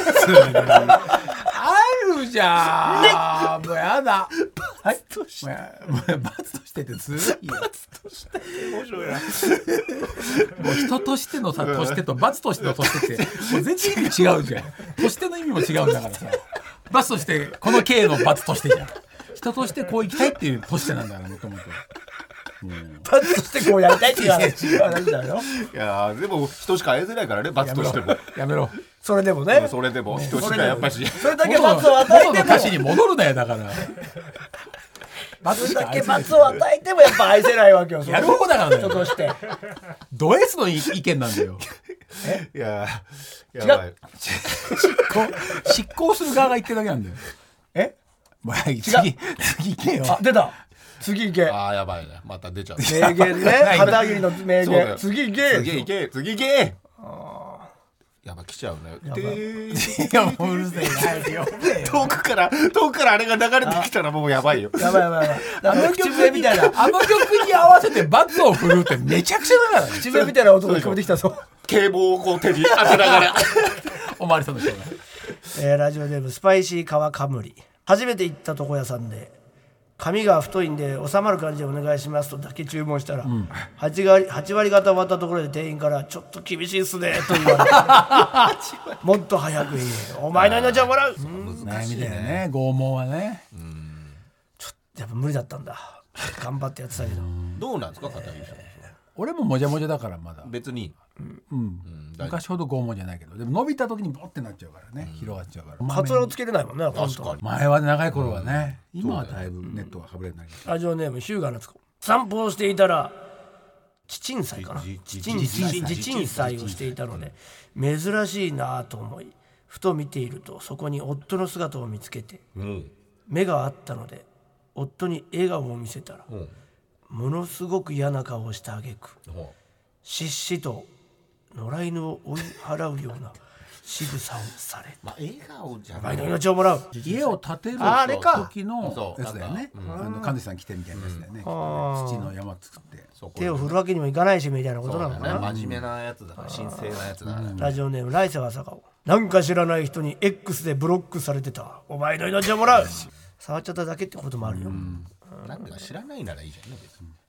あるじゃん。もうやだ。
バツとして
バツとしてってずるいよ。
バツとして面白いな。
もう人としてのさとしてとバツとしてのとしてってもう全然意味違うじゃん。としての意味も違うんだからさ。バツとしてこの K のバツとしてじゃん。人としてこう生きたいっていうとしてなんだからもともと。
バツとしてこうやりたいっていう話だよ。
いやでも人しか会えづらいからねバツとしても。
やめろ。
それでもね。
それでも人しかやっぱし。
それだけバツを与えても。
歌詞に戻るなよだから。
それだけバツを与えてもやっぱ愛せないわけよ。
やる方だからね。
人として。
ド S の意見なんだよ。
いややばい。
執行する側が言ってるだけなんだよ。次行けよ。
出た。次行け。
やばいね。また出ちゃう。
名言ね。片桐の名言。次行け。
次行け。やば来ちゃうね。
いやもううるせえな。
遠くからあれが流れてきたらもうやばいよ。
やばい。あの曲みたいな。
あの曲に合わせてバツを振るってめちゃくちゃだから。
口笛みたいな音が聞こえてきたぞ。
警棒をこう手に当てながら。
おまわりさんの人
が。ラジオネームスパイシー皮かむり。初めて行った床屋さんで髪が太いんで収まる感じでお願いしますとだけ注文したら、8割方終わったところで店員からちょっと厳しいっすねと言われてもっと早く言えお前の命をもらう。
悩みだよね拷問はね。
ちょっとやっぱ無理だったんだ。頑張ってやってたけど。
どうなんですか片桐さん。
俺ももじゃもじゃだからまだ
別に
昔ほど拷問じゃないけどでも伸びた時にボッてなっちゃうからね広がっちゃうから
カツラをつけれないもんね。
確かに
前は長い頃はね今はだいぶネットがかぶれない。
ラジオネームヒューガー夏子。散歩をしていたら地鎮祭かな地鎮祭をしていたので珍しいなと思いふと見ているとそこに夫の姿を見つけて目があったので夫に笑顔を見せたらものすごく嫌な顔をした挙句しっしと野良犬を追い払うような仕草をされた。
笑顔じゃ
ない。命をもらう。
家を建てる時のやつだよね。神主さん来てみたいなやつだよね。土の山作って
手を振るわけにもいかないしみたいなことなのかな。
真面目なやつだから神聖なやつだから。
ラジオネーム来世は朝顔。なんか知らない人に X でブロックされてた。お前の命をもらう。触っちゃっただけってこともあるよ。
なんでか知らないならいいじゃんね。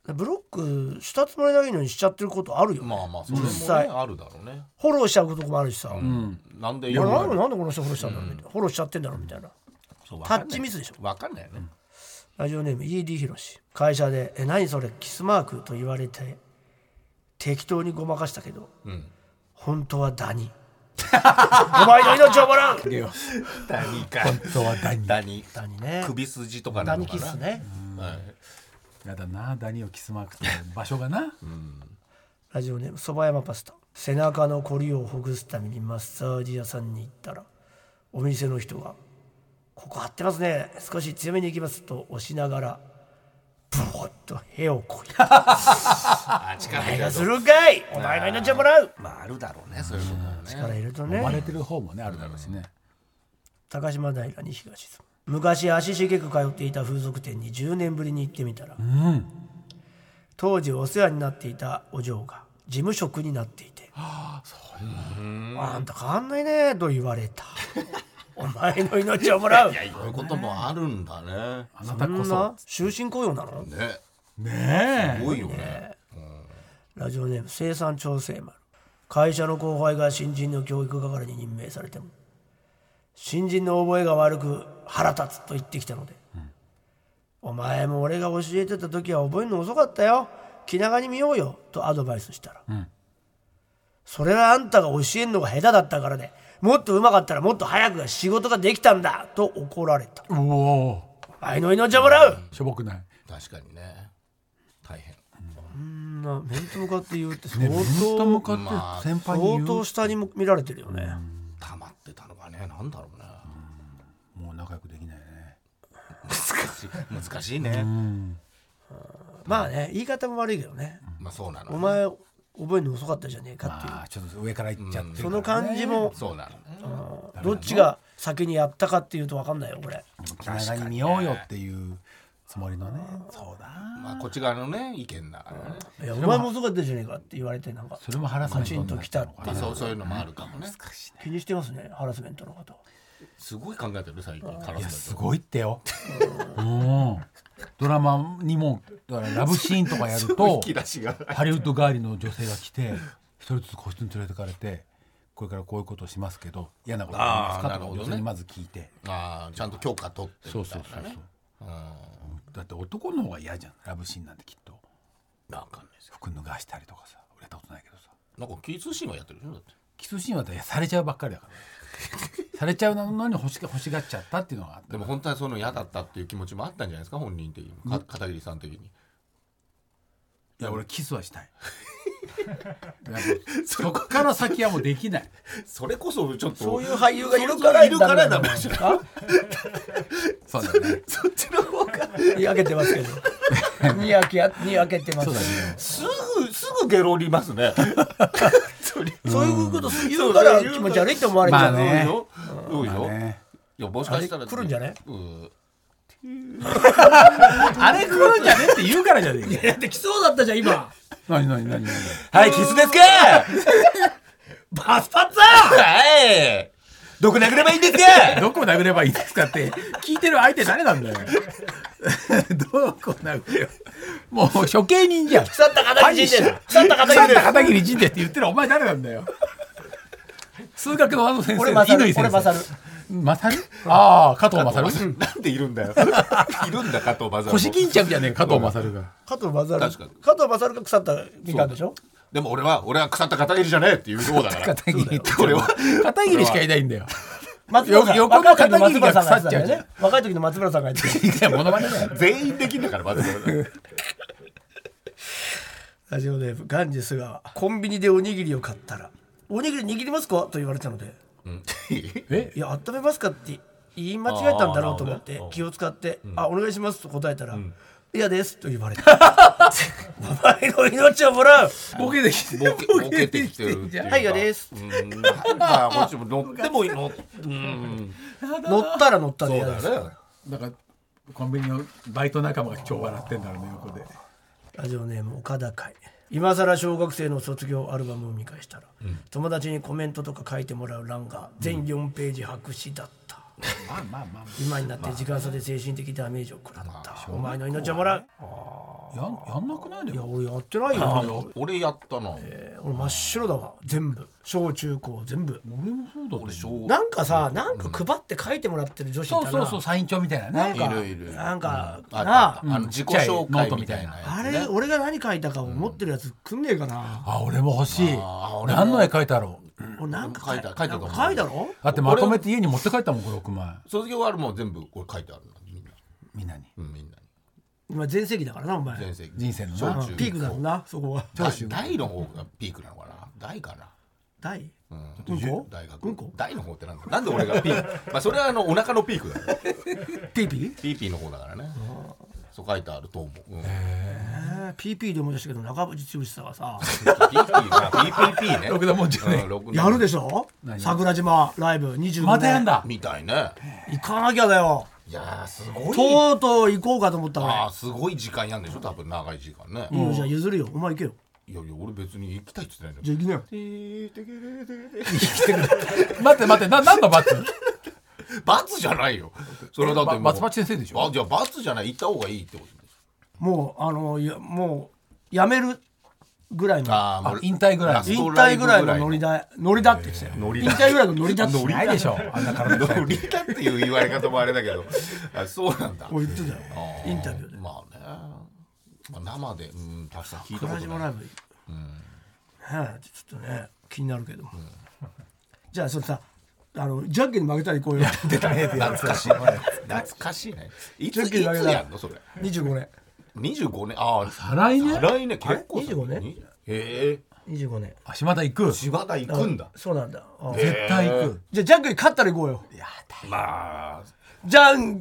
ブロックしたつもりだけのにしちゃってることあるよね。
まあまあそれもねあるだろうね。
フォローしちゃうこともあるしさ、
なんで
この人フォローしたんだろうみたいな、フォローしちゃってんだろうみたいな、タッチミスでしょ。
分かんないよね。
ラジオネーム ED ひろし。会社で何それキスマークと言われて適当にごまかしたけど、本当はダニお前の命をもらう
ダニか。
本当はダニ
ね。
首筋とかなのかな。
ダニキスね。
やだな、ダニをキスマークって場所がな。
ラジオネームそば山パスタ。背中のコリをほぐすためにマッサージ屋さんに行ったら、お店の人がここ張ってますね、少し強めに行きますと押しながらブロッと屁をこいた力入れするかい、お前の命をもらう。
まああるだろうね、そういうことはね。
力入れるとね、
生まれてる方もねあるだろうしね。
高島平に東住。昔足しげく通っていた風俗店に10年ぶりに行ってみたら、当時お世話になっていたお嬢が事務職になっていて、あんた変わんないねと言われたお前の命をもらう。
いや、こういうこともあるんだね。
あなたこそ
終身雇用なの
ね。
すごいよね。
ラジオネーム生産調整丸。会社の後輩が新人の教育係に任命されても、新人の覚えが悪く腹立つと言ってきたので、お前も俺が教えてた時は覚えるの遅かったよ、気長に見ようよとアドバイスしたら、それはあんたが教えるのが下手だったからで、もっと上手かったらもっと早く仕事ができたんだと怒られた。お前の命をもらう。
しょぼくない。
確かにね、大変。
面と向かって言うって相当下にも見られてるよね。
溜まってたのがね、なんだろうね。
もう仲良くできないね。
難しいね。
まあね、言い方も悪いけどね。
まあそうなの。
お前覚えるの遅かったじゃねえかっていう、
ちょっと上から言っちゃって、
その感じも
そうな
の。どっちが先にやったかっていうと分かんないよこれ。
気長に見ようよっていうつもりのね。そうだ。
まあこっち側のね意見だからね。
いやお前も遅かったじゃねえかって言われて、なんか
それもハラスメントになっちゃうのかな。
そういうのもあるかもね。
気にしてますね、ハラスメントのこと。
すごい考えてる最近。
いやすごいってよ。ドラマにもラブシーンとかやるとハリウッド帰りの女性が来て一人ずつ個室に連れてかれて、これからこういうことをしますけど嫌なことありますかとか女性にまず聞いて、
ちゃんと許可取ってみたいなね。
だって男の方が嫌じゃん、ラブシーンなんてきっと。
わかんないですよ。
服脱がしたりとかさ、俺やったことないけどさ。
なんかキスシーンはやってるでしょだって。
キスシーンはされちゃうばっかりだからされちゃうのに欲しがっちゃったっていうのがあった。
でも本当はその嫌だったっていう気持ちもあったんじゃないですか、本人的に。片桐さん的に。
いや俺キスはしたいそこから先はもうできない。
それこそちょっと
そういう俳優がいるからダメですか。
そうだね。
そっちの方が
にやけてますけどにやけてます。
すぐゲロりますね
そういうこと言うから気持ち悪いって思われちゃう。
そうよ。いやもしかしたら
来るんじゃね。
あれ来るんじゃねって言うからじゃねえか。
だって来そうだったじゃん今。
何
はい、キスですか。
バスパッツァ。
はい。どこ殴ればいいんですか。
どこ殴ればいいですかって聞いてる相手誰なんだよ。どこ殴れ。もう処刑人じゃん。
腐った片桐仁。腐った
片桐仁って言ってるお前誰なんだよ。数学の先生、乾先生。勝る？ああ、加藤勝。
なんでいるんだよ。いるんだ加藤勝。
腰巾着じゃねえ加藤勝が。
加藤勝が腐ったみかんでしょ。
でも俺は腐った片桐じゃねえっていう方だから。
片桐って俺は片桐しかいないんだよ。
横の片桐が腐っちゃうね。若い時の松村さんが言ってる。
いやモノマネだよ。
全員できんだから松村さん。
ラジオネームガンジスがコンビニでおにぎりを買ったら、おにぎり握りますかと言われたので、いや温めますかって言い間違えたんだろうと思って気を使って、お願いしますと答えたら、嫌ですと言われた。お前の命をもらう。
ボケてきてる。
はい、嫌です。
まあもちろん乗っても乗
ったら乗ったで嫌です。
だからコンビニのバイト仲間が超笑ってんだろうね横で。
ラジオネーム岡田会。今更小学生の卒業アルバムを見返したら、友達にコメントとか書いてもらう欄が全4ページ白紙だった。今になって時間差で精神的ダメージを食らった。お前の命をもらう。
やんなくないで。
いや俺やってないよ。
俺やったな。
俺真っ白だわ全部、小中高全部。
俺もそうだね。
なんかさ、なんか配って書いてもらってる女子いたな。
そうサイン帳みたいなね。
いる
なんか
自己紹介みたいな。
あれ俺が何書いたか思ってるやつくんねえかな。
俺も欲しい。何の絵描いたろ
う。なんか
書いたと思う。
書いたろ。
だってまとめて家に持って帰ったもん、6枚。
卒業はもう全部これ書いてあるな、
みんなに。
今全盛期だからなお前。
人生のな
ピークだもんなそこは。
大の方がピークなのかな。大かな。
大？
大学。大の方ってなんで俺がピーク。まあそれはお腹のピークだよ。
ピー
ピーの方だからね。そう書いてあると思う。
ピーピーで思い出したけど中渕剛さんがさ。
ピーね。
ろくなもんじゃね。
やるでしょ。桜島ライブ25年。
またやんだ。
みたいね。
行かなきゃだよ。
いやすごい。
とうとう行こうかと思ったから。
すごい時間やんでしょ多分長い時間ね。
いいよじゃあ譲るよお前行けよ。
いや俺別に行きたいって言ってない
じゃあ行きな
よ。待って何の罰？
罰じゃないよ。それだって
バツバチ先生でしょ。
じゃあ罰じゃない、行った方がいいってことです。
もうやめるぐらいの
引退ぐらい
のノリだって言ってたよ。引退ぐらいのノリだって
ないでしょ。あんな体
ノリだっていう言われ方もあれだけどそうなんだ。
言ってたよインタビューで。
まあね生で確かに聞いたことない。
桜島ライブちょっとね気になるけど。じゃあそれさじゃんけんに負けたら行こうよ。
懐かしいね。いつやんのそれ。
25年。
25年。
再来
年結構。
25年。25年。
島田行く。
島田行くんだ。
そうなんだ。
絶対行く。
じゃあじゃんけん勝ったら行こうよ。
やだ。
まあ
じゃん。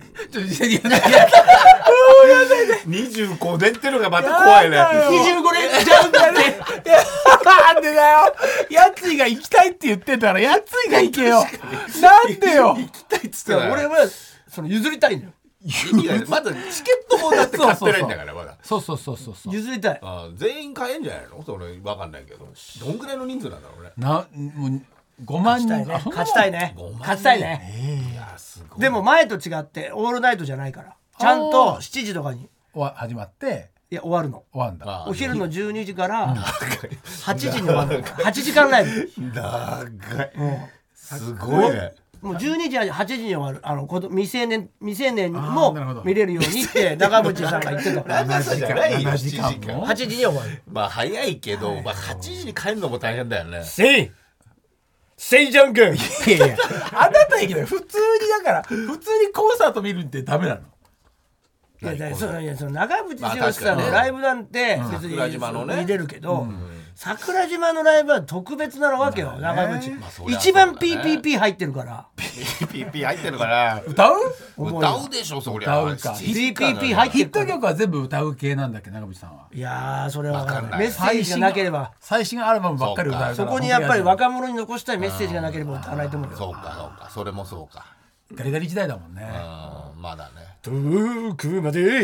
25年ってのがまた怖いね。
25年じゃんだね。
なんでだよ。やついが行きたいって言ってたらやついが行けよ。なんでよ。
行きたいっつってたら。
俺は譲りたいんだよ。
まだチケットもだって買ってないんだからまだ。
そう
譲りたい。
全員買えんじゃないの？それ分かんないけどどんぐらいの人数なんだろうね。
もう5万人。
勝ちたいね。
いやすごい。
でも前と違ってオールナイトじゃないからちゃんと7時とかに
始まって。
いや終わるの。
終わるんだ。
お昼の12時から8時に終わるの。8時間ライブ。
長い。すごいね。
もう12時8時に終わる未成年も見れるようにって長渕さんが言ってたから。
7時間
8時に終わる。
まあ早いけど8時に帰るのも大変だよね。
せいじゃんけん。
いやあなたいけない。普通にだから普通にコンサート見るってダメなの？
いやその長渕剛さんのライブなんて別に見れるけど、桜島のライブは特別なわけよ。長渕一番 PPP 入ってるから。
PPP 入ってるから
歌う
でしょそりゃ。
歌うか。
PPP 入ってるから。ヒッ
ト曲は全部歌う系なんだっけ長渕さんは。
いやそれはメッセージがなければ。
最新アルバムばっかり歌うから。
そこにやっぱり若者に残したいメッセージがなければ歌わないと思うよ。
そうかそれもそうか。
ガリガリ時代だもんね。
まだね。
遠くまで。
い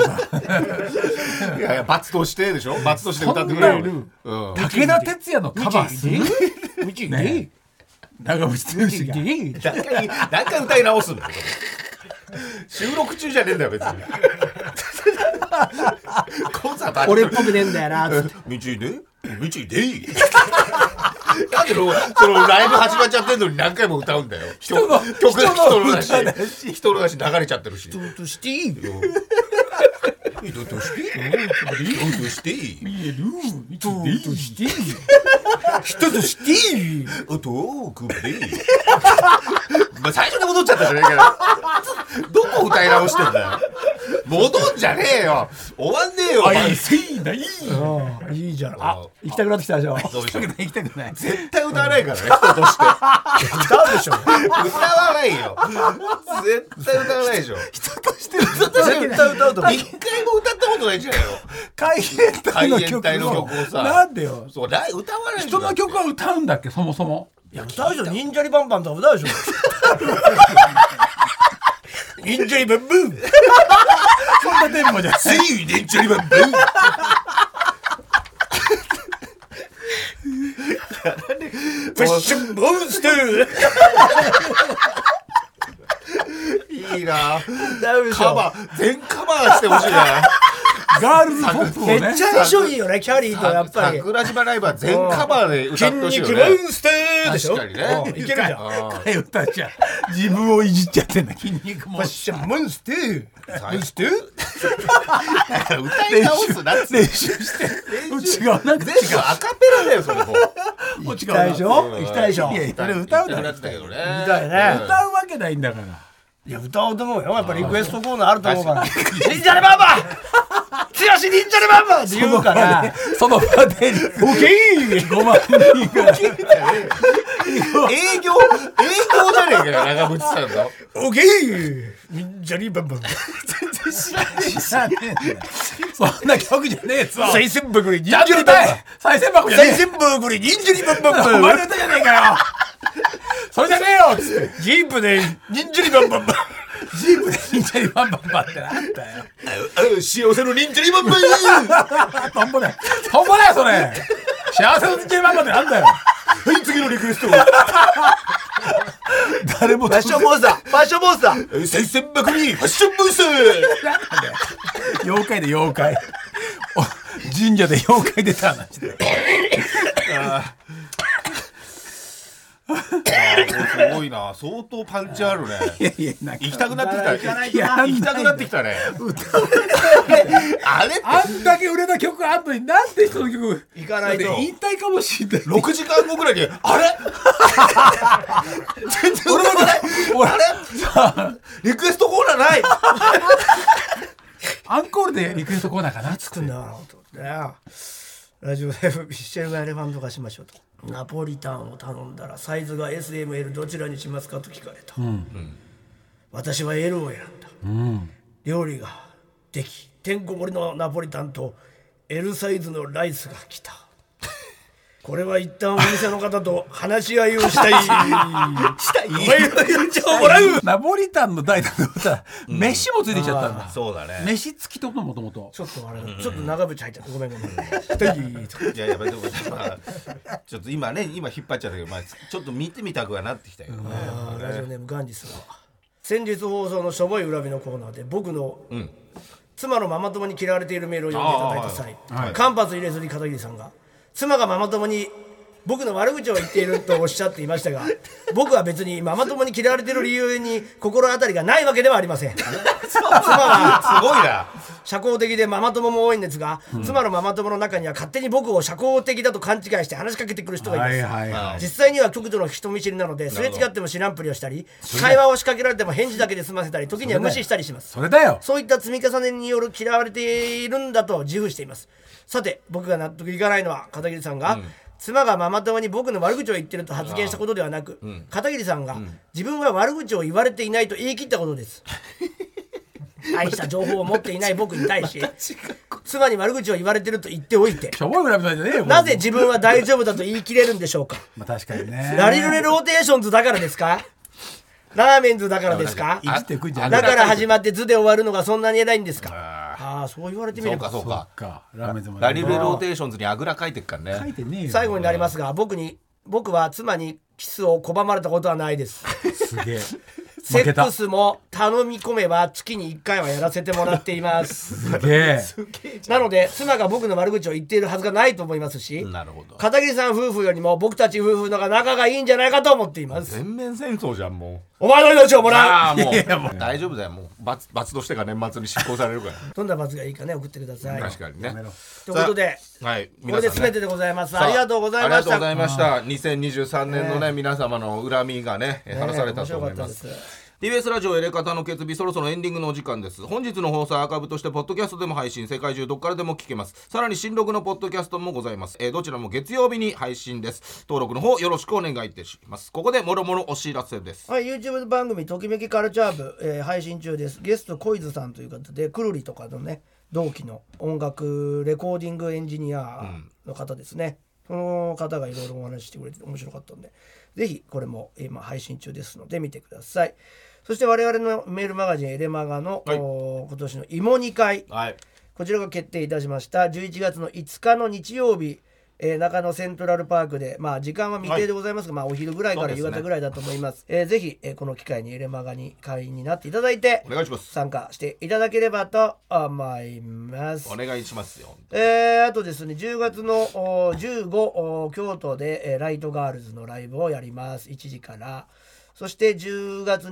や罰としてでしょ。罰として歌ってくれる。
武田鉄矢のカバーする？
ね。
長渕剛
が何回歌い直すんだよ。収録中じゃねえんだよ別に。コンサート
俺っぽくねえんだよな。
道で。なんでそのライブ始まっちゃってんのに何回も歌うんだよ。人のだし流れちゃってるし。
人としていいよ。
人としていい。遠くまで。最初に戻っちゃったじゃねえかよ。どこ歌い直してんだよ。戻んじゃねえよ。終わんねえよ。
いいじゃん。行きたくなってきたでしょ。
行きたくない。
絶対歌わないからね人として。
歌うでしょ。
歌わないよ。絶対歌わないでしょ。
人として
絶対歌うと思う。
一回も歌ったことないじゃないの。
海援隊の曲をさ。なんでよ。
そう歌わない。
人の曲は歌うんだっけそもそも。
いや歌うでしょ。忍者リバンバンとか歌うでしょ。忍者リバンブン。
そんなテンポじゃん。
せい忍者リバンブン。
ファッションモンスター。
いいな。全カバーしてほしいな。
ガールズポップをね
めっちゃ相性いいよねキャリーとやっぱり
桜島ライブは全カバーで歌ってほしいよね。
筋肉モンスターでしょ。
確かにね。
いけるじゃん。
歌じゃん自分をいじっちゃってんだ筋肉も
モンスターモンスターモンスター
歌い直すなって
練習して違うなんか
全部アカペラだよそれもう。
行きたいでしょ行きたいでしょ。
いやそれ歌う
な
な
ってたけどね。
だよね。
歌うわけないんだから
いや歌おうと思うよ。やっぱリクエストコーナーあると思うから。忍者レバンバ強し忍者レバンバって言うから
その場で
オッケー
5万人から
営業じゃねえかよ長渕さんの。
オッケー忍者リバンバ
全然知らねえ。
そんな曲じゃねえぞ
再銭箱に忍
ちゃんと
者リバンバ
歌え再生箱じゃね
再銭箱に忍者リバンバ
えお前の歌じゃねえかよそれじゃねえよっつって
ジープで忍者リバンバ
ジープで忍者にバンバンバンってなんだよ
幸せの忍者リバンバ
トンボだよトンボだよそれ幸せの忍者にバンバンってなんだよ
はい次のリクエスト
誰も
ファッションモンスターファッションモンスター
再銭箱にファッションブース
妖怪で妖怪神社で妖怪出た話で
すごいな相当パンチあるね。
いやいやなんか
行きたくなってきた。
行
行きたくなってきたね。あれ
あんだけ売れた曲あんのになんでその曲
行かないと
引退かもしんない
6時間後ぐらいにあれ全然歌わないあれリクエストコーナーない
アンコールでリクエストコーナーかな
作んだからとねラジオでミシェルがエレファント化しましょうとナポリタンを頼んだらサイズが SML どちらにしますかと聞かれた、私は L を選んだ、料理ができてんこ盛りのナポリタンと L サイズのライスが来たこれは一旦お店の方と話し合いをしたいしたいお前の返事をもらう
ナポリタンの代だと思ったら飯もついてきちゃったんだ
そうだね。
飯付きってこともともと
ちょっとあれちょっと長渕入っちゃったごめんしたい
いやいやでもちょっと今引っ張っちゃったけど、ちょっと見てみたくはなってきたよね。
ラジオネームガンジスが先日放送のしょぼい恨みのコーナーで僕の、妻のママ友に嫌われているメールを読んでいただいた際、間髪入れずに片桐さんが妻がママ友に僕の悪口を言っているとおっしゃっていましたが僕は別にママ友に嫌われている理由に心当たりがないわけではありません妻は
すごいな。
社交的でママ友も多いんですが、妻のママ友の中には勝手に僕を社交的だと勘違いして話しかけてくる人がいます、実際には極度の人見知りなのですれ違っても知らんぷりをしたり会話を仕掛けられても返事だけで済ませたり時には無視したりします。
それだよ
そういった積み重ねによる嫌われているんだと自負しています。さて僕が納得いかないのは片桐さんが、妻がママ友に僕の悪口を言ってると発言したことではなく、片桐さんが、自分は悪口を言われていないと言い切ったことです大した情報を持っていない僕に対し妻に悪口を言われてると言っておいて
しょぼいぐらいみたいじゃねえよ
なぜ自分は大丈夫だと言い切れるんでしょうか。
確かにね
ラリルレローテーションズだからですかラーメンズだからですか
いじってくんじゃん
だから始まって図で終わるのがそんなに偉いんですか。ああそう言われてみれば
そうか
ラーメンズも
ラリルレローテーションズにあぐらかいてっからね。
書いてねえよ
最後になりますが僕は妻にキスを拒まれたことはないです。
すげえ
セックスも頼み込めば月に1回はやらせてもらっています
すげえ
なので妻が僕の悪口を言っているはずがないと思いますし、
なるほど。
片桐さん夫婦よりも僕たち夫婦のが仲がいいんじゃないかと思っています。
全面戦争じゃんも
お前の命をも
う。
らう
もう
いやもう
大丈夫だよもう罰としてが年末に執行されるから。
どんな罰がいいかね送ってください。
確かにね。
ということで
はい、
これで全てでございます。ありがとうございました。
ありがとうございました。2023年のね、皆様の恨みがね、晴らされたと思います。TBS ラジオエレカタの決日そろそろエンディングのお時間です。本日の放送アーカイブとしてポッドキャストでも配信、世界中どっからでも聞けます。さらに新録のポッドキャストもございます。どちらも月曜日に配信です。登録の方よろしくお願いいたします。ここでもろもろお知らせです。
はい、YouTube 番組ときめきカルチャー部、配信中です。ゲスト小泉さんという方でくるりとかのね同期の音楽レコーディングエンジニアの方ですね、その方がいろいろお話ししてくれて面白かったんでぜひこれも今配信中ですので見てください。そして我々のメールマガジンエレマガの、今年の芋2会、こちらが決定いたしました。11月の5日の日曜日中野セントラルパークで、時間は未定でございますが、お昼ぐらいから夕方ぐらいだと思います。ぜひ、この機会にエレマガに会員になっていただいて、
お願いします。
参加していただければと思います。
お願いしますよ。
あとですね、10月の15京都で、ライトガールズのライブをやります。1時から。そして10月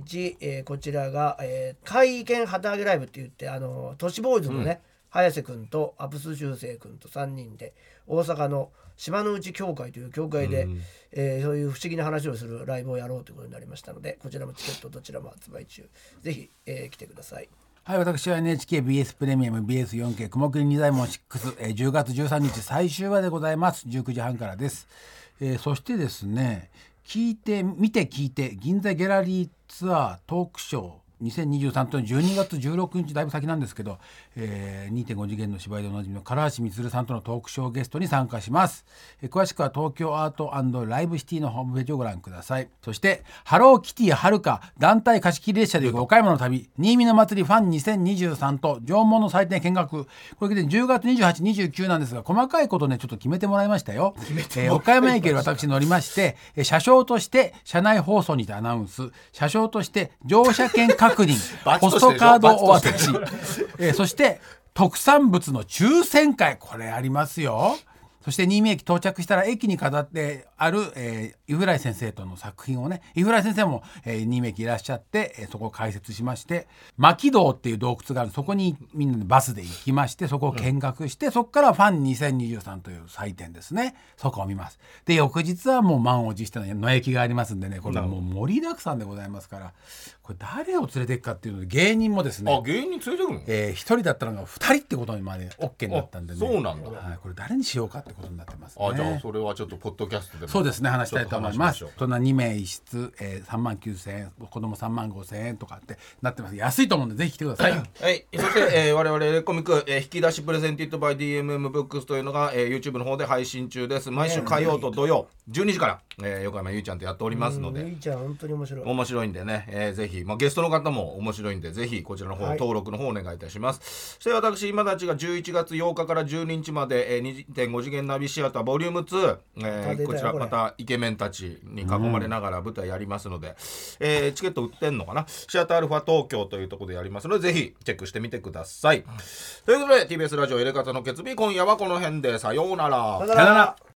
21、こちらが、会見旗揚げライブって言って都市ボーイズのね、早瀬くんとアプス修正くんと3人で大阪の島の内協会という協会で、そういう不思議な話をするライブをやろうということになりましたので、こちらもチケットどちらも発売中。ぜひ、来てください。
はい、私は NHKBS プレミアム BS4K 雲霧二左衛門6、10月13日最終話でございます。19時半からです。そしてですね、見て聞いて銀座ギャラリーツアートークショー2023と12月16日だいぶ先なんですけど、2.5 次元の芝居でおなじみの唐橋充さんとのトークショーゲストに参加します。詳しくは東京アート&ライブシティのホームページをご覧ください。そしてハローキティはるか団体貸し切り列車で行く岡山の旅新見の祭りファン2023と縄文の祭典見学、これで10月28、29なんですが、細かいことねちょっと決めてもらいましたよ。岡山駅へ私乗りまして、車掌として車内放送にてアナウンス、車掌として乗車券確認ポストカードお渡し、そして特産物の抽選会、これありますよ。そして新見駅到着したら駅に飾ってある、伊福来先生との作品をね、伊福来先生も、新見駅いらっしゃって、そこを解説しまして、牧道っていう洞窟がある、そこにみんなでバスで行きまして、そこを見学して、そこからファン2023という祭典ですね、そこを見ます。で翌日はもう満を持しての駅がありますんでね、これもう盛りだくさんでございますから、これ誰を連れていくかっていうので、芸人もですね、
芸人連れてくの、
1人だったのが2人ってことにまで OK になったんでね。
そうなんだ、
これ誰にしようかってことになってますね。
じゃあそれはちょっとポッドキャストでも
そうですね、話したいと思います。大人2名1室、39,000円、子供35,000円とかってなってます。安いと思うんでぜひ来てください。
はい、そして、我々レコミック、引き出しプレゼンティッドバイ DMM ブックスというのが、YouTube の方で配信中です。毎週火曜と土曜12時から、横山ゆいちゃんとやっておりますので、
ゆいちゃん本当に
面白いんでね、ぜひ、ゲストの方も面白いんでぜひこちらの方、登録の方お願いいたします。そして私今たちが11月8日から12日まで、2.5 次元ナビシアターボリューム2、こちらまたイケメンたちに囲まれながら舞台やりますので、チケット売ってんのかな、シアターアルファ東京というところでやりますので、ぜひチェックしてみてください。ということで TBS ラジオエレカタの決日、今夜はこの辺でさようなら。
さようなら。